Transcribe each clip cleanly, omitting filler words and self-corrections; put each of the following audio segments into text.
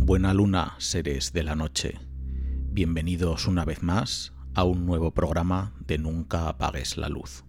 Buena luna, seres de la noche. Bienvenidos una vez más a un nuevo programa de Nunca apagues la luz.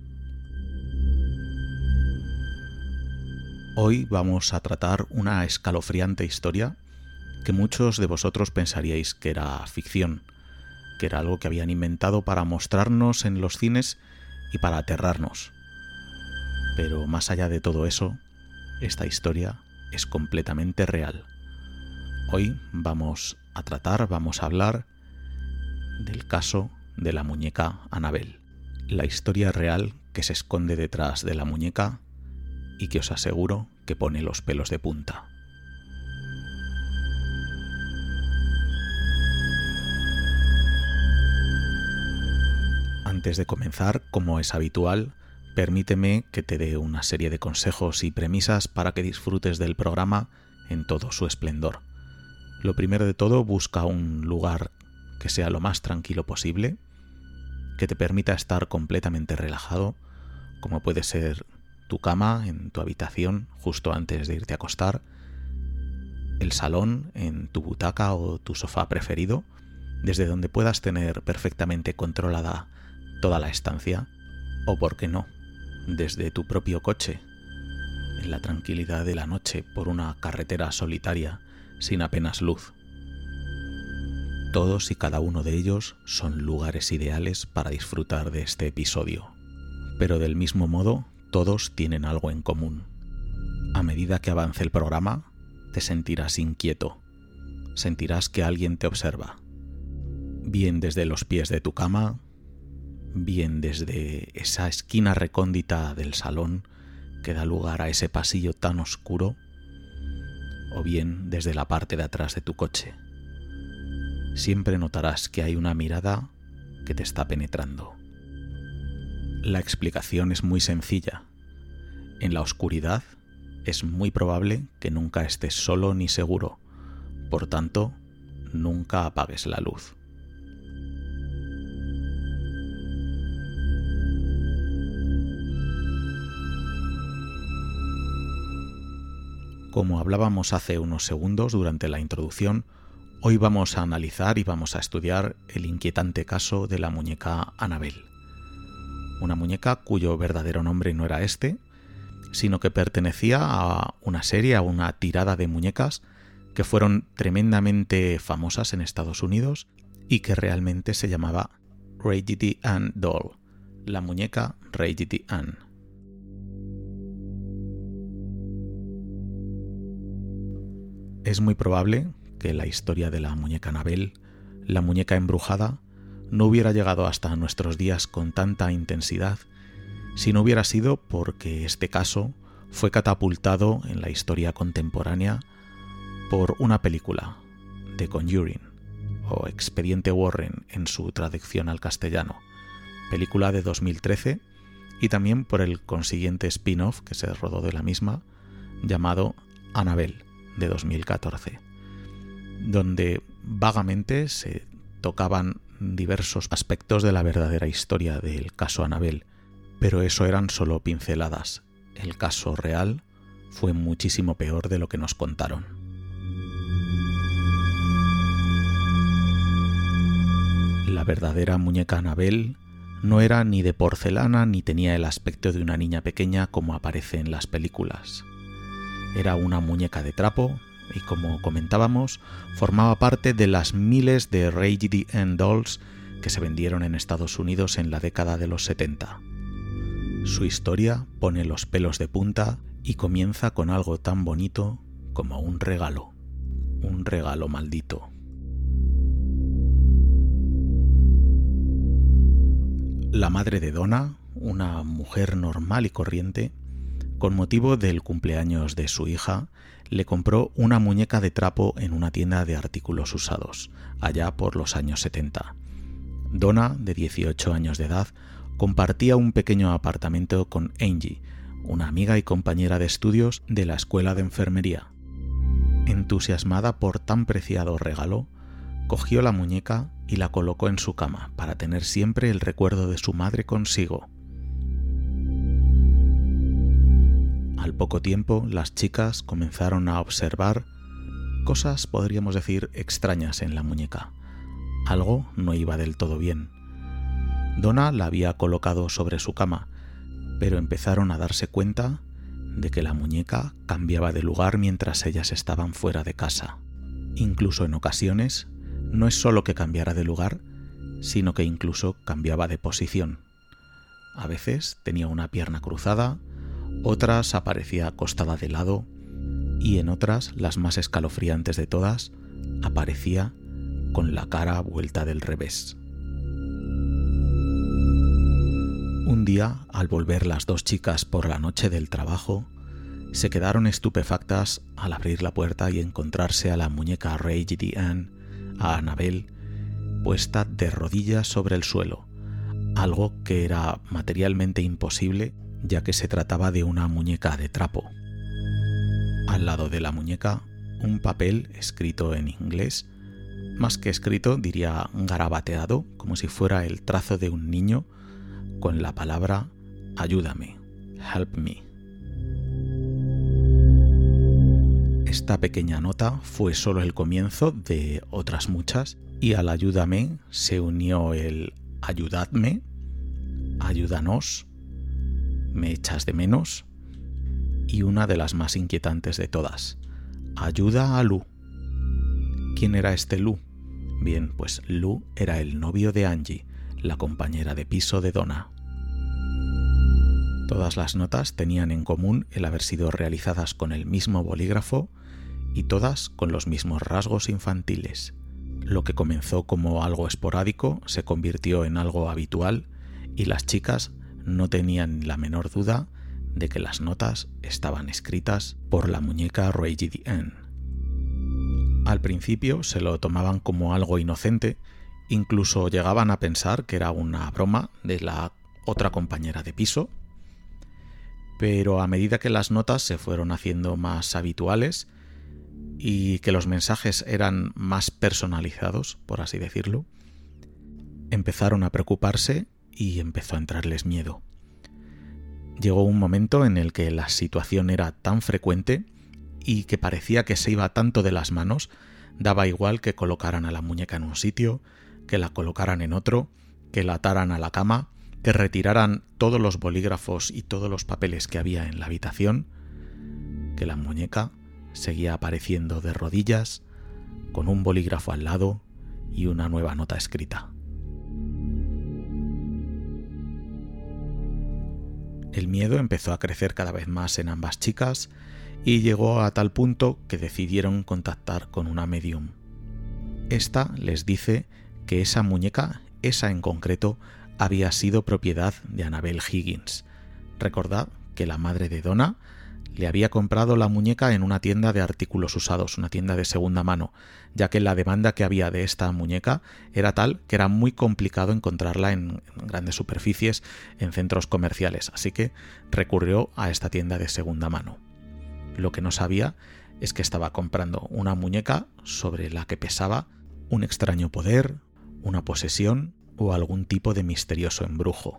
Hoy vamos a tratar una escalofriante historia que muchos de vosotros pensaríais que era ficción, que era algo que habían inventado para mostrarnos en los cines y para aterrarnos. Pero más allá de todo eso, esta historia es completamente real. Hoy vamos a hablar del caso de la muñeca Annabelle, la historia real que se esconde detrás de la muñeca y que os aseguro que pone los pelos de punta. Antes de comenzar, como es habitual, permíteme que te dé una serie de consejos y premisas para que disfrutes del programa en todo su esplendor. Lo primero de todo, busca un lugar que sea lo más tranquilo posible, que te permita estar completamente relajado, como puede ser tu cama en tu habitación justo antes de irte a acostar, el salón en tu butaca o tu sofá preferido, desde donde puedas tener perfectamente controlada toda la estancia, o por qué no, desde tu propio coche, en la tranquilidad de la noche por una carretera solitaria sin apenas luz. Todos y cada uno de ellos son lugares ideales para disfrutar de este episodio, pero del mismo modo todos tienen algo en común. A medida que avance el programa, te sentirás inquieto, sentirás que alguien te observa, bien desde los pies de tu cama, bien desde esa esquina recóndita del salón que da lugar a ese pasillo tan oscuro, o bien desde la parte de atrás de tu coche. Siempre notarás que hay una mirada que te está penetrando. La explicación es muy sencilla. En la oscuridad es muy probable que nunca estés solo ni seguro. Por tanto, nunca apagues la luz. Como hablábamos hace unos segundos durante la introducción, hoy vamos a analizar y vamos a estudiar el inquietante caso de la muñeca Annabelle. Una muñeca cuyo verdadero nombre no era este, sino que pertenecía a una serie, a una tirada de muñecas que fueron tremendamente famosas en Estados Unidos y que realmente se llamaba Raggedy Ann Doll, la muñeca Raggedy Ann. Es muy probable que la historia de la muñeca Annabelle, la muñeca embrujada, no hubiera llegado hasta nuestros días con tanta intensidad si no hubiera sido porque este caso fue catapultado en la historia contemporánea por una película, The Conjuring, o Expediente Warren en su traducción al castellano, película de 2013, y también por el consiguiente spin-off que se rodó de la misma, llamado Annabelle, de 2014, donde vagamente se tocaban diversos aspectos de la verdadera historia del caso Annabelle, pero eso eran solo pinceladas. El caso real fue muchísimo peor de lo que nos contaron. La verdadera muñeca Annabelle no era ni de porcelana ni tenía el aspecto de una niña pequeña como aparece en las películas. Era una muñeca de trapo y, como comentábamos, formaba parte de las miles de Raggedy Ann Dolls que se vendieron en Estados Unidos en la década de los 70. Su historia pone los pelos de punta y comienza con algo tan bonito como un regalo maldito. La madre de Donna, una mujer normal y corriente, con motivo del cumpleaños de su hija, le compró una muñeca de trapo en una tienda de artículos usados, allá por los años 70. Donna, de 18 años de edad, compartía un pequeño apartamento con Angie, una amiga y compañera de estudios de la escuela de enfermería. Entusiasmada por tan preciado regalo, cogió la muñeca y la colocó en su cama para tener siempre el recuerdo de su madre consigo. Al poco tiempo, las chicas comenzaron a observar cosas, podríamos decir, extrañas en la muñeca. Algo no iba del todo bien. Donna la había colocado sobre su cama, pero empezaron a darse cuenta de que la muñeca cambiaba de lugar mientras ellas estaban fuera de casa. Incluso en ocasiones, no es solo que cambiara de lugar, sino que incluso cambiaba de posición. A veces tenía una pierna cruzada, otras aparecía acostada de lado y en otras, las más escalofriantes de todas, aparecía con la cara vuelta del revés. Un día, al volver las dos chicas por la noche del trabajo, se quedaron estupefactas al abrir la puerta y encontrarse a la muñeca Raggedy Ann, a Annabelle, puesta de rodillas sobre el suelo, algo que era materialmente imposible ya que se trataba de una muñeca de trapo. Al lado de la muñeca, un papel escrito en inglés, más que escrito diría garabateado, como si fuera el trazo de un niño, con la palabra ayúdame, help me. Esta pequeña nota fue solo el comienzo de otras muchas y al ayúdame se unió el ayudadme, ayúdanos, me echas de menos y una de las más inquietantes de todas, ayuda a Lou. ¿Quién era este Lou? Bien, pues Lou era el novio de Angie, la compañera de piso de Donna. Todas las notas tenían en común el haber sido realizadas con el mismo bolígrafo y todas con los mismos rasgos infantiles. Lo que comenzó como algo esporádico se convirtió en algo habitual y las chicas no tenían la menor duda de que las notas estaban escritas por la muñeca Raggedy Ann. Al principio se lo tomaban como algo inocente, incluso llegaban a pensar que era una broma de la otra compañera de piso, pero a medida que las notas se fueron haciendo más habituales y que los mensajes eran más personalizados, por así decirlo, empezaron a preocuparse y empezó a entrarles miedo. Llegó un momento en el que la situación era tan frecuente y que parecía que se iba tanto de las manos, daba igual que colocaran a la muñeca en un sitio, que la colocaran en otro, que la ataran a la cama, que retiraran todos los bolígrafos y todos los papeles que había en la habitación, que la muñeca seguía apareciendo de rodillas, con un bolígrafo al lado y una nueva nota escrita. El miedo empezó a crecer cada vez más en ambas chicas y llegó a tal punto que decidieron contactar con una medium. Esta les dice que esa muñeca, esa en concreto, había sido propiedad de Annabelle Higgins. Recordad que la madre de Donna le había comprado la muñeca en una tienda de artículos usados, una tienda de segunda mano, ya que la demanda que había de esta muñeca era tal que era muy complicado encontrarla en grandes superficies, en centros comerciales, así que recurrió a esta tienda de segunda mano. Lo que no sabía es que estaba comprando una muñeca sobre la que pesaba un extraño poder, una posesión o algún tipo de misterioso embrujo.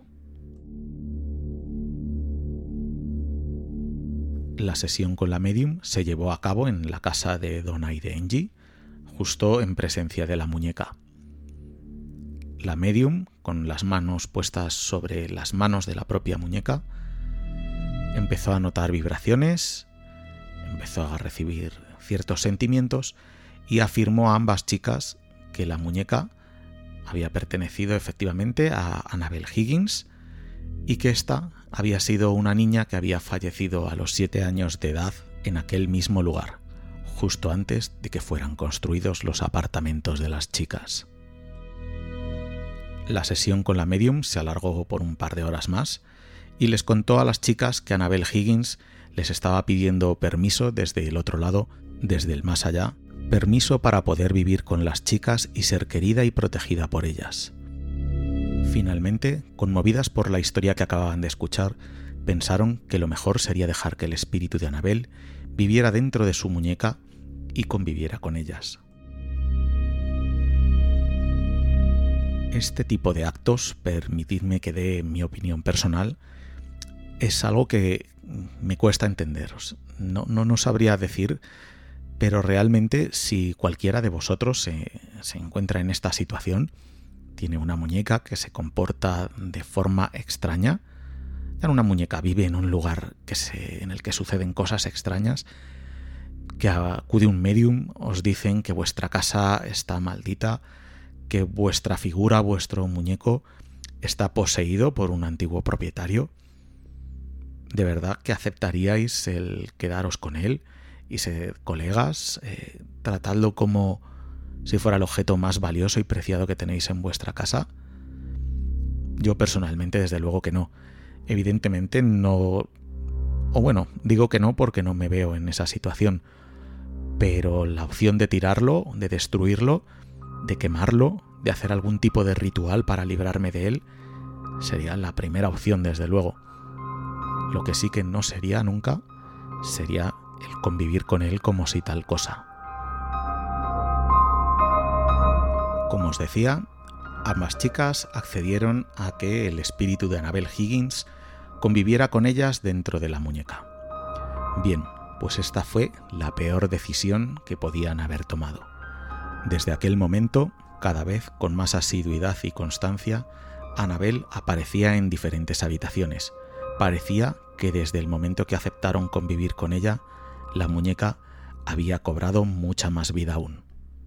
La sesión con la medium se llevó a cabo en la casa de Donna y de Angie, justo en presencia de la muñeca. La medium, con las manos puestas sobre las manos de la propia muñeca, empezó a notar vibraciones, empezó a recibir ciertos sentimientos y afirmó a ambas chicas que la muñeca había pertenecido efectivamente a Annabelle Higgins y que ésta había sido una niña que había fallecido a los 7 años de edad en aquel mismo lugar, justo antes de que fueran construidos los apartamentos de las chicas. La sesión con la medium se alargó por un par de horas más y les contó a las chicas que Annabelle Higgins les estaba pidiendo permiso desde el otro lado, desde el más allá, permiso para poder vivir con las chicas y ser querida y protegida por ellas. Finalmente, conmovidas por la historia que acababan de escuchar, pensaron que lo mejor sería dejar que el espíritu de Annabelle viviera dentro de su muñeca y conviviera con ellas. Este tipo de actos, permitidme que dé mi opinión personal, es algo que me cuesta entender. No sabría decir Pero realmente, si cualquiera de vosotros se encuentra en esta situación, tiene una muñeca que se comporta de forma extraña, una muñeca vive en un lugar en el que suceden cosas extrañas, que acude un medium, os dicen que vuestra casa está maldita, que vuestra figura, vuestro muñeco, está poseído por un antiguo propietario, ¿de verdad que aceptaríais el quedaros con él y ser colegas? Tratadlo como si fuera el objeto más valioso y preciado que tenéis en vuestra casa. Yo personalmente, desde luego que no. Evidentemente no... O bueno, digo que no porque no me veo en esa situación. Pero la opción de tirarlo, de destruirlo, de quemarlo, de hacer algún tipo de ritual para librarme de él, sería la primera opción, desde luego. Lo que sí que no sería nunca sería el convivir con él como si tal cosa. Como os decía, ambas chicas accedieron a que el espíritu de Annabel Higgins conviviera con ellas dentro de la muñeca. Bien, pues esta fue la peor decisión que podían haber tomado. Desde aquel momento, cada vez con más asiduidad y constancia, Annabel aparecía en diferentes habitaciones. Parecía que desde el momento que aceptaron convivir con ella, la muñeca había cobrado mucha más vida aún.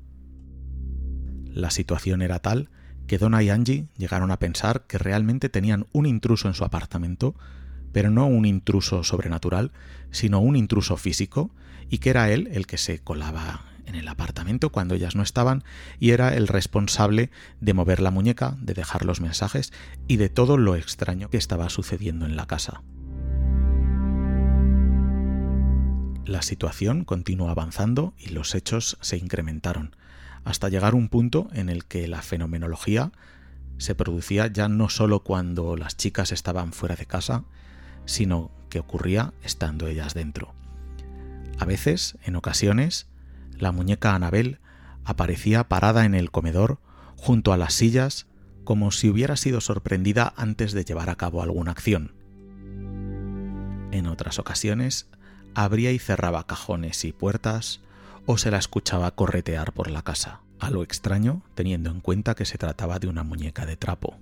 La situación era tal que Donna y Angie llegaron a pensar que realmente tenían un intruso en su apartamento, pero no un intruso sobrenatural, sino un intruso físico, y que era él el que se colaba en el apartamento cuando ellas no estaban y era el responsable de mover la muñeca, de dejar los mensajes y de todo lo extraño que estaba sucediendo en la casa. La situación continuó avanzando y los hechos se incrementaron, hasta llegar a un punto en el que la fenomenología se producía ya no solo cuando las chicas estaban fuera de casa, sino que ocurría estando ellas dentro. A veces, en ocasiones, la muñeca Annabel aparecía parada en el comedor junto a las sillas como si hubiera sido sorprendida antes de llevar a cabo alguna acción. En otras ocasiones, abría y cerraba cajones y puertas o se la escuchaba corretear por la casa, algo extraño teniendo en cuenta que se trataba de una muñeca de trapo.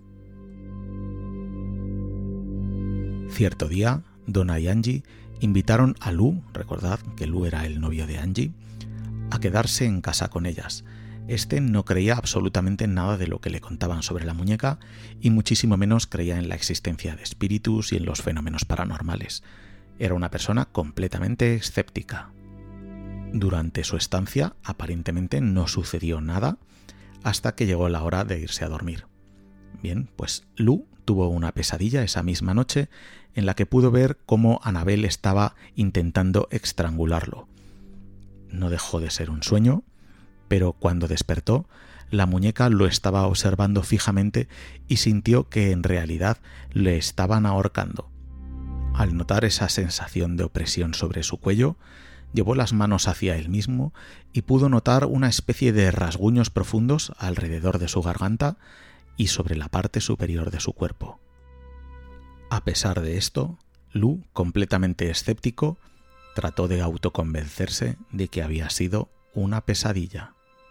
Cierto día, Donna y Angie invitaron a Lou, recordad que Lou era el novio de Angie, a quedarse en casa con ellas. Este no creía absolutamente en nada de lo que le contaban sobre la muñeca y muchísimo menos creía en la existencia de espíritus y en los fenómenos paranormales. Era una persona completamente escéptica. Durante su estancia aparentemente no sucedió nada hasta que llegó la hora de irse a dormir. Bien, pues Lou tuvo una pesadilla esa misma noche en la que pudo ver cómo Annabel estaba intentando estrangularlo. No dejó de ser un sueño, pero cuando despertó, la muñeca lo estaba observando fijamente y sintió que en realidad le estaban ahorcando. Al notar esa sensación de opresión sobre su cuello, llevó las manos hacia él mismo y pudo notar una especie de rasguños profundos alrededor de su garganta y sobre la parte superior de su cuerpo. A pesar de esto, Lou, completamente escéptico, trató de autoconvencerse de que había sido una pesadilla.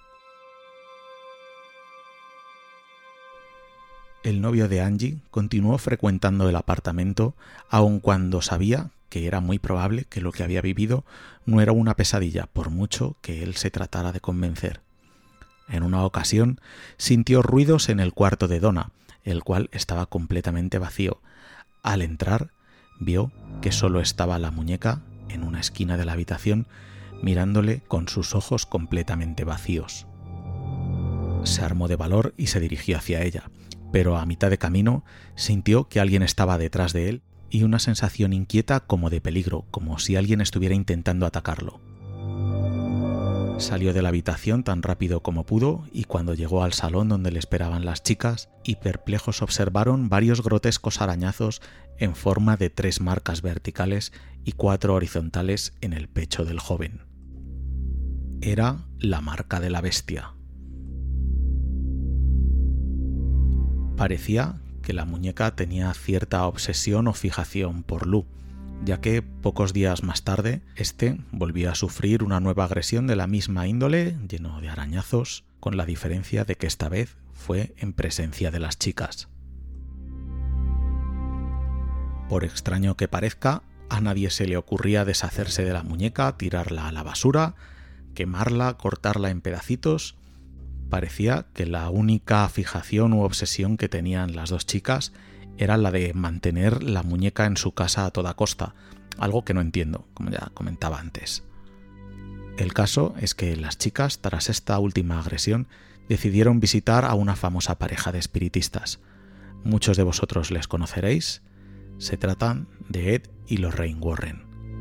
El novio de Angie continuó frecuentando el apartamento aun cuando sabía que era muy probable que lo que había vivido no era una pesadilla, por mucho que él se tratara de convencer. En una ocasión sintió ruidos en el cuarto de Donna, el cual estaba completamente vacío. Al entrar, vio que solo estaba la muñeca en una esquina de la habitación, mirándole con sus ojos completamente vacíos. Se armó de valor y se dirigió hacia ella, pero a mitad de camino sintió que alguien estaba detrás de él y una sensación inquieta como de peligro, como si alguien estuviera intentando atacarlo. Salió de la habitación tan rápido como pudo y cuando llegó al salón donde le esperaban las chicas y perplejos observaron varios grotescos arañazos en forma de 3 marcas verticales y 4 horizontales en el pecho del joven. Era la marca de la bestia. Parecía que la muñeca tenía cierta obsesión o fijación por Lou, ya que pocos días más tarde este volvía a sufrir una nueva agresión de la misma índole, lleno de arañazos, con la diferencia de que esta vez fue en presencia de las chicas. Por extraño que parezca, a nadie se le ocurría deshacerse de la muñeca, tirarla a la basura, quemarla, cortarla en pedacitos. Parecía que la única fijación u obsesión que tenían las dos chicas era la de mantener la muñeca en su casa a toda costa, algo que no entiendo, como ya comentaba antes. El caso es que las chicas, tras esta última agresión, decidieron visitar a una famosa pareja de espiritistas. Muchos de vosotros les conoceréis. Se tratan de Ed y Lorraine Warren.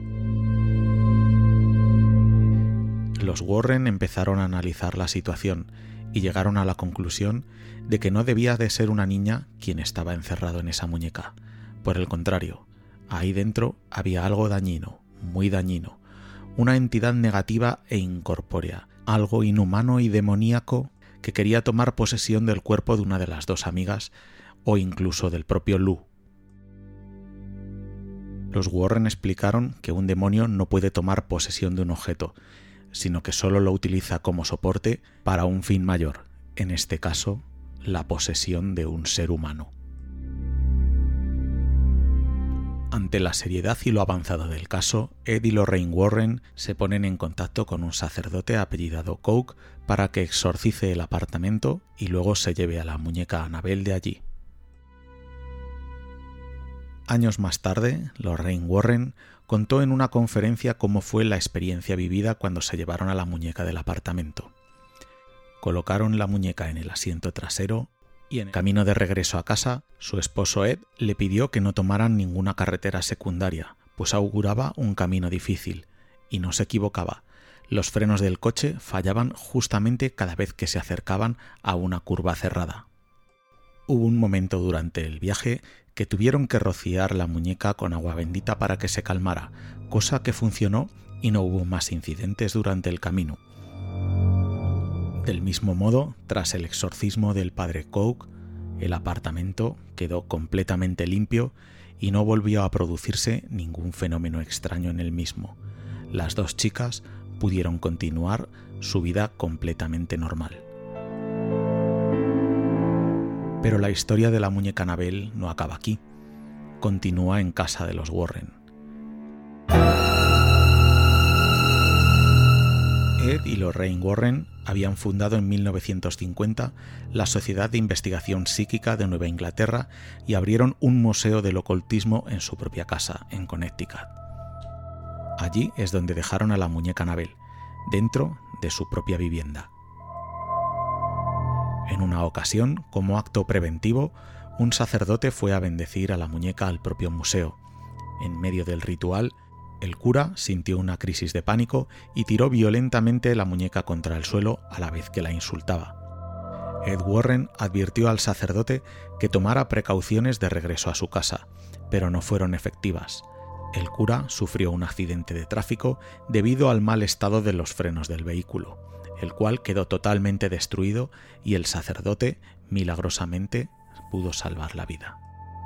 Los Warren empezaron a analizar la situación y llegaron a la conclusión de que no debía de ser una niña quien estaba encerrado en esa muñeca. Por el contrario, ahí dentro había algo dañino, muy dañino, una entidad negativa e incorpórea, algo inhumano y demoníaco que quería tomar posesión del cuerpo de una de las dos amigas o incluso del propio Lou. Los Warren explicaron que un demonio no puede tomar posesión de un objeto, sino que solo lo utiliza como soporte para un fin mayor, en este caso, la posesión de un ser humano. Ante la seriedad y lo avanzado del caso, Ed y Lorraine Warren se ponen en contacto con un sacerdote apellidado Coke para que exorcice el apartamento y luego se lleve a la muñeca Annabelle de allí. Años más tarde, Lorraine Warren contó en una conferencia cómo fue la experiencia vivida cuando se llevaron a la muñeca del apartamento. Colocaron la muñeca en el asiento trasero y en el camino de regreso a casa, su esposo Ed le pidió que no tomaran ninguna carretera secundaria, pues auguraba un camino difícil, y no se equivocaba. Los frenos del coche fallaban justamente cada vez que se acercaban a una curva cerrada. Hubo un momento durante el viaje que tuvieron que rociar la muñeca con agua bendita para que se calmara, cosa que funcionó y no hubo más incidentes durante el camino. Del mismo modo, tras el exorcismo del padre Coke, el apartamento quedó completamente limpio y no volvió a producirse ningún fenómeno extraño en el mismo. Las dos chicas pudieron continuar su vida completamente normal. Pero la historia de la muñeca Annabelle no acaba aquí. Continúa en casa de los Warren. Ed y Lorraine Warren habían fundado en 1950 la Sociedad de Investigación Psíquica de Nueva Inglaterra y abrieron un museo del ocultismo en su propia casa, en Connecticut. Allí es donde dejaron a la muñeca Annabelle, dentro de su propia vivienda. En una ocasión, como acto preventivo, un sacerdote fue a bendecir a la muñeca al propio museo. En medio del ritual, el cura sintió una crisis de pánico y tiró violentamente la muñeca contra el suelo a la vez que la insultaba. Ed Warren advirtió al sacerdote que tomara precauciones de regreso a su casa, pero no fueron efectivas. El cura sufrió un accidente de tráfico debido al mal estado de los frenos del vehículo, el cual quedó totalmente destruido y el sacerdote, milagrosamente, pudo salvar la vida.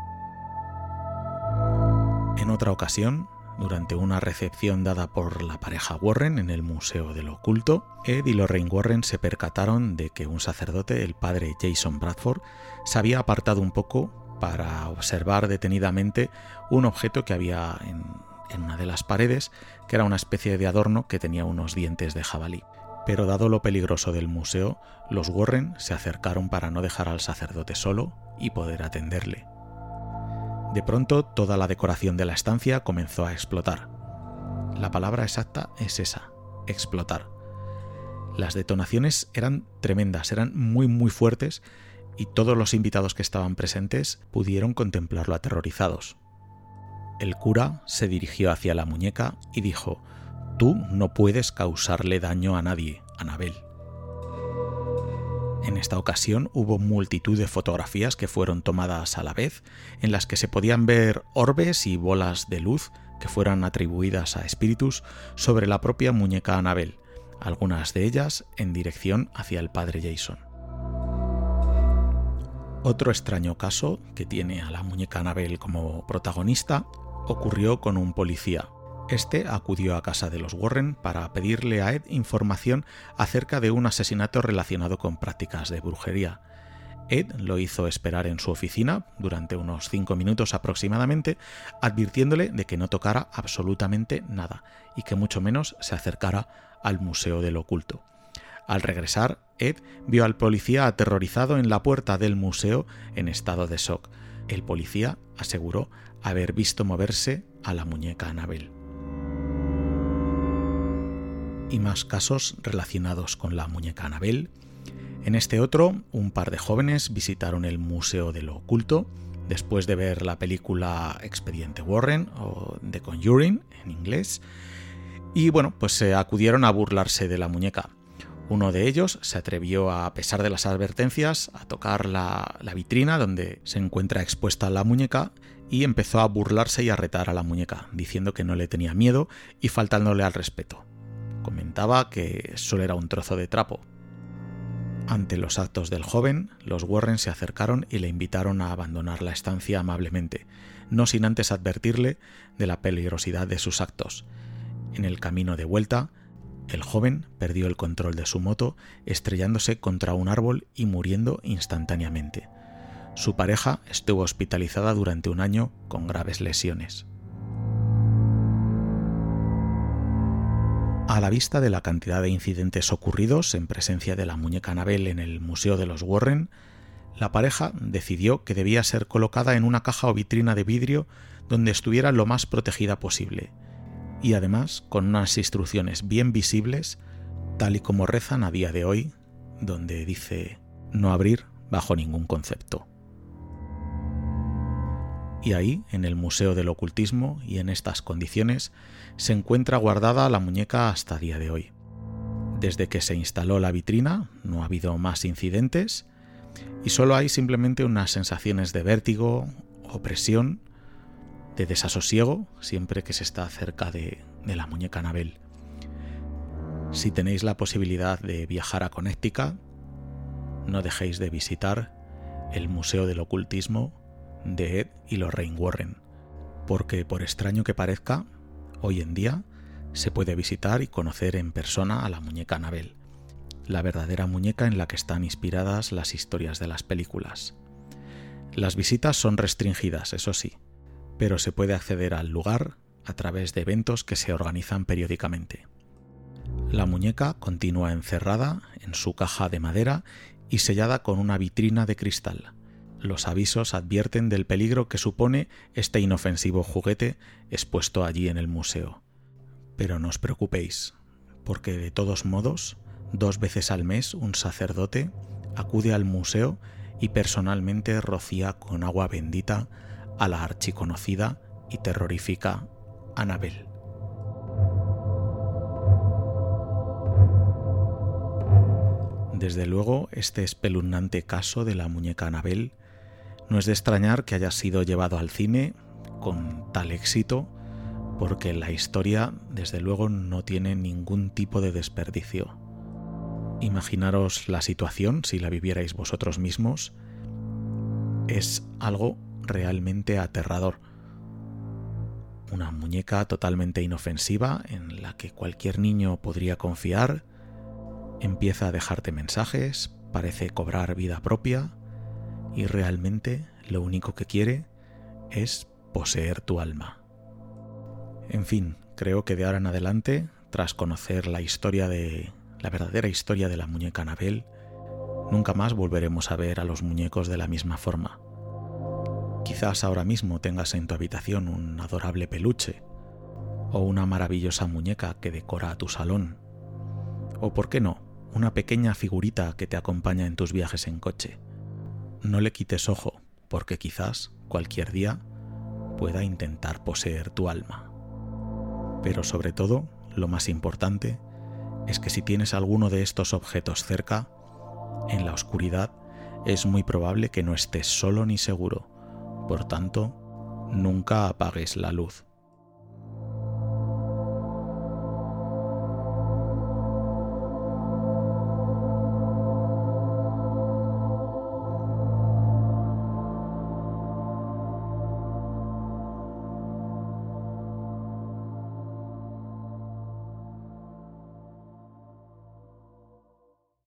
En otra ocasión, durante una recepción dada por la pareja Warren en el Museo del Oculto, Ed y Lorraine Warren se percataron de que un sacerdote, el padre Jason Bradford, se había apartado un poco para observar detenidamente un objeto que había en una de las paredes, que era una especie de adorno que tenía unos dientes de jabalí. Pero dado lo peligroso del museo, los Warren se acercaron para no dejar al sacerdote solo y poder atenderle. De pronto, toda la decoración de la estancia comenzó a explotar. La palabra exacta es esa, explotar. Las detonaciones eran tremendas, eran muy fuertes y todos los invitados que estaban presentes pudieron contemplarlo aterrorizados. El cura se dirigió hacia la muñeca y dijo: «Tú no puedes causarle daño a nadie, Annabelle». En esta ocasión hubo multitud de fotografías que fueron tomadas a la vez, en las que se podían ver orbes y bolas de luz que fueran atribuidas a espíritus sobre la propia muñeca Annabelle, algunas de ellas en dirección hacia el padre Jason. Otro extraño caso que tiene a la muñeca Annabelle como protagonista ocurrió con un policía. Este acudió a casa de los Warren para pedirle a Ed información acerca de un asesinato relacionado con prácticas de brujería. Ed lo hizo esperar en su oficina durante unos 5 minutos aproximadamente, advirtiéndole de que no tocara absolutamente nada y que mucho menos se acercara al Museo del Oculto. Al regresar, Ed vio al policía aterrorizado en la puerta del museo en estado de shock. El policía aseguró haber visto moverse a la muñeca Annabelle. Y más casos relacionados con la muñeca Annabelle. En este otro, un par de jóvenes visitaron el Museo de lo Oculto después de ver la película Expediente Warren o The Conjuring en inglés y pues acudieron a burlarse de la muñeca. Uno de ellos se atrevió, a pesar de las advertencias, a tocar la vitrina donde se encuentra expuesta la muñeca y empezó a burlarse y a retar a la muñeca, diciendo que no le tenía miedo y faltándole al respeto. Comentaba que solo era un trozo de trapo. Ante los actos del joven, los Warren se acercaron y le invitaron a abandonar la estancia amablemente, no sin antes advertirle de la peligrosidad de sus actos. En el camino de vuelta, el joven perdió el control de su moto, estrellándose contra un árbol y muriendo instantáneamente. Su pareja estuvo hospitalizada durante 1 año con graves lesiones. A la vista de la cantidad de incidentes ocurridos en presencia de la muñeca Annabelle en el Museo de los Warren, la pareja decidió que debía ser colocada en una caja o vitrina de vidrio donde estuviera lo más protegida posible, y además con unas instrucciones bien visibles, tal y como rezan a día de hoy, donde dice no abrir bajo ningún concepto. Y ahí, en el Museo del Ocultismo y en estas condiciones, se encuentra guardada la muñeca hasta día de hoy. Desde que se instaló la vitrina no ha habido más incidentes y solo hay simplemente unas sensaciones de vértigo, opresión, de desasosiego siempre que se está cerca de la muñeca Annabelle. Si tenéis la posibilidad de viajar a Connecticut, no dejéis de visitar el Museo del Ocultismo de Ed y Lorraine Warren, porque por extraño que parezca, hoy en día se puede visitar y conocer en persona a la muñeca Annabelle, la verdadera muñeca en la que están inspiradas las historias de las películas. Las visitas son restringidas, eso sí, pero se puede acceder al lugar a través de eventos que se organizan periódicamente. La muñeca continúa encerrada en su caja de madera y sellada con una vitrina de cristal. Los avisos advierten del peligro que supone este inofensivo juguete expuesto allí en el museo. Pero no os preocupéis, porque de todos modos, 2 veces al mes un sacerdote acude al museo y personalmente rocía con agua bendita a la archiconocida y terrorífica Annabelle. Desde luego, este espeluznante caso de la muñeca Annabelle no es de extrañar que haya sido llevado al cine con tal éxito, porque la historia, desde luego, no tiene ningún tipo de desperdicio. Imaginaros la situación si la vivierais vosotros mismos. Es algo realmente aterrador. Una muñeca totalmente inofensiva en la que cualquier niño podría confiar, empieza a dejarte mensajes, parece cobrar vida propia y realmente lo único que quiere es poseer tu alma. En fin, creo que de ahora en adelante, tras conocer la verdadera historia de la muñeca Annabelle, nunca más volveremos a ver a los muñecos de la misma forma. Quizás ahora mismo tengas en tu habitación un adorable peluche o una maravillosa muñeca que decora tu salón, o por qué no, una pequeña figurita que te acompaña en tus viajes en coche. No le quites ojo, porque quizás cualquier día pueda intentar poseer tu alma. Pero sobre todo, lo más importante es que si tienes alguno de estos objetos cerca, en la oscuridad, es muy probable que no estés solo ni seguro. Por tanto, nunca apagues la luz.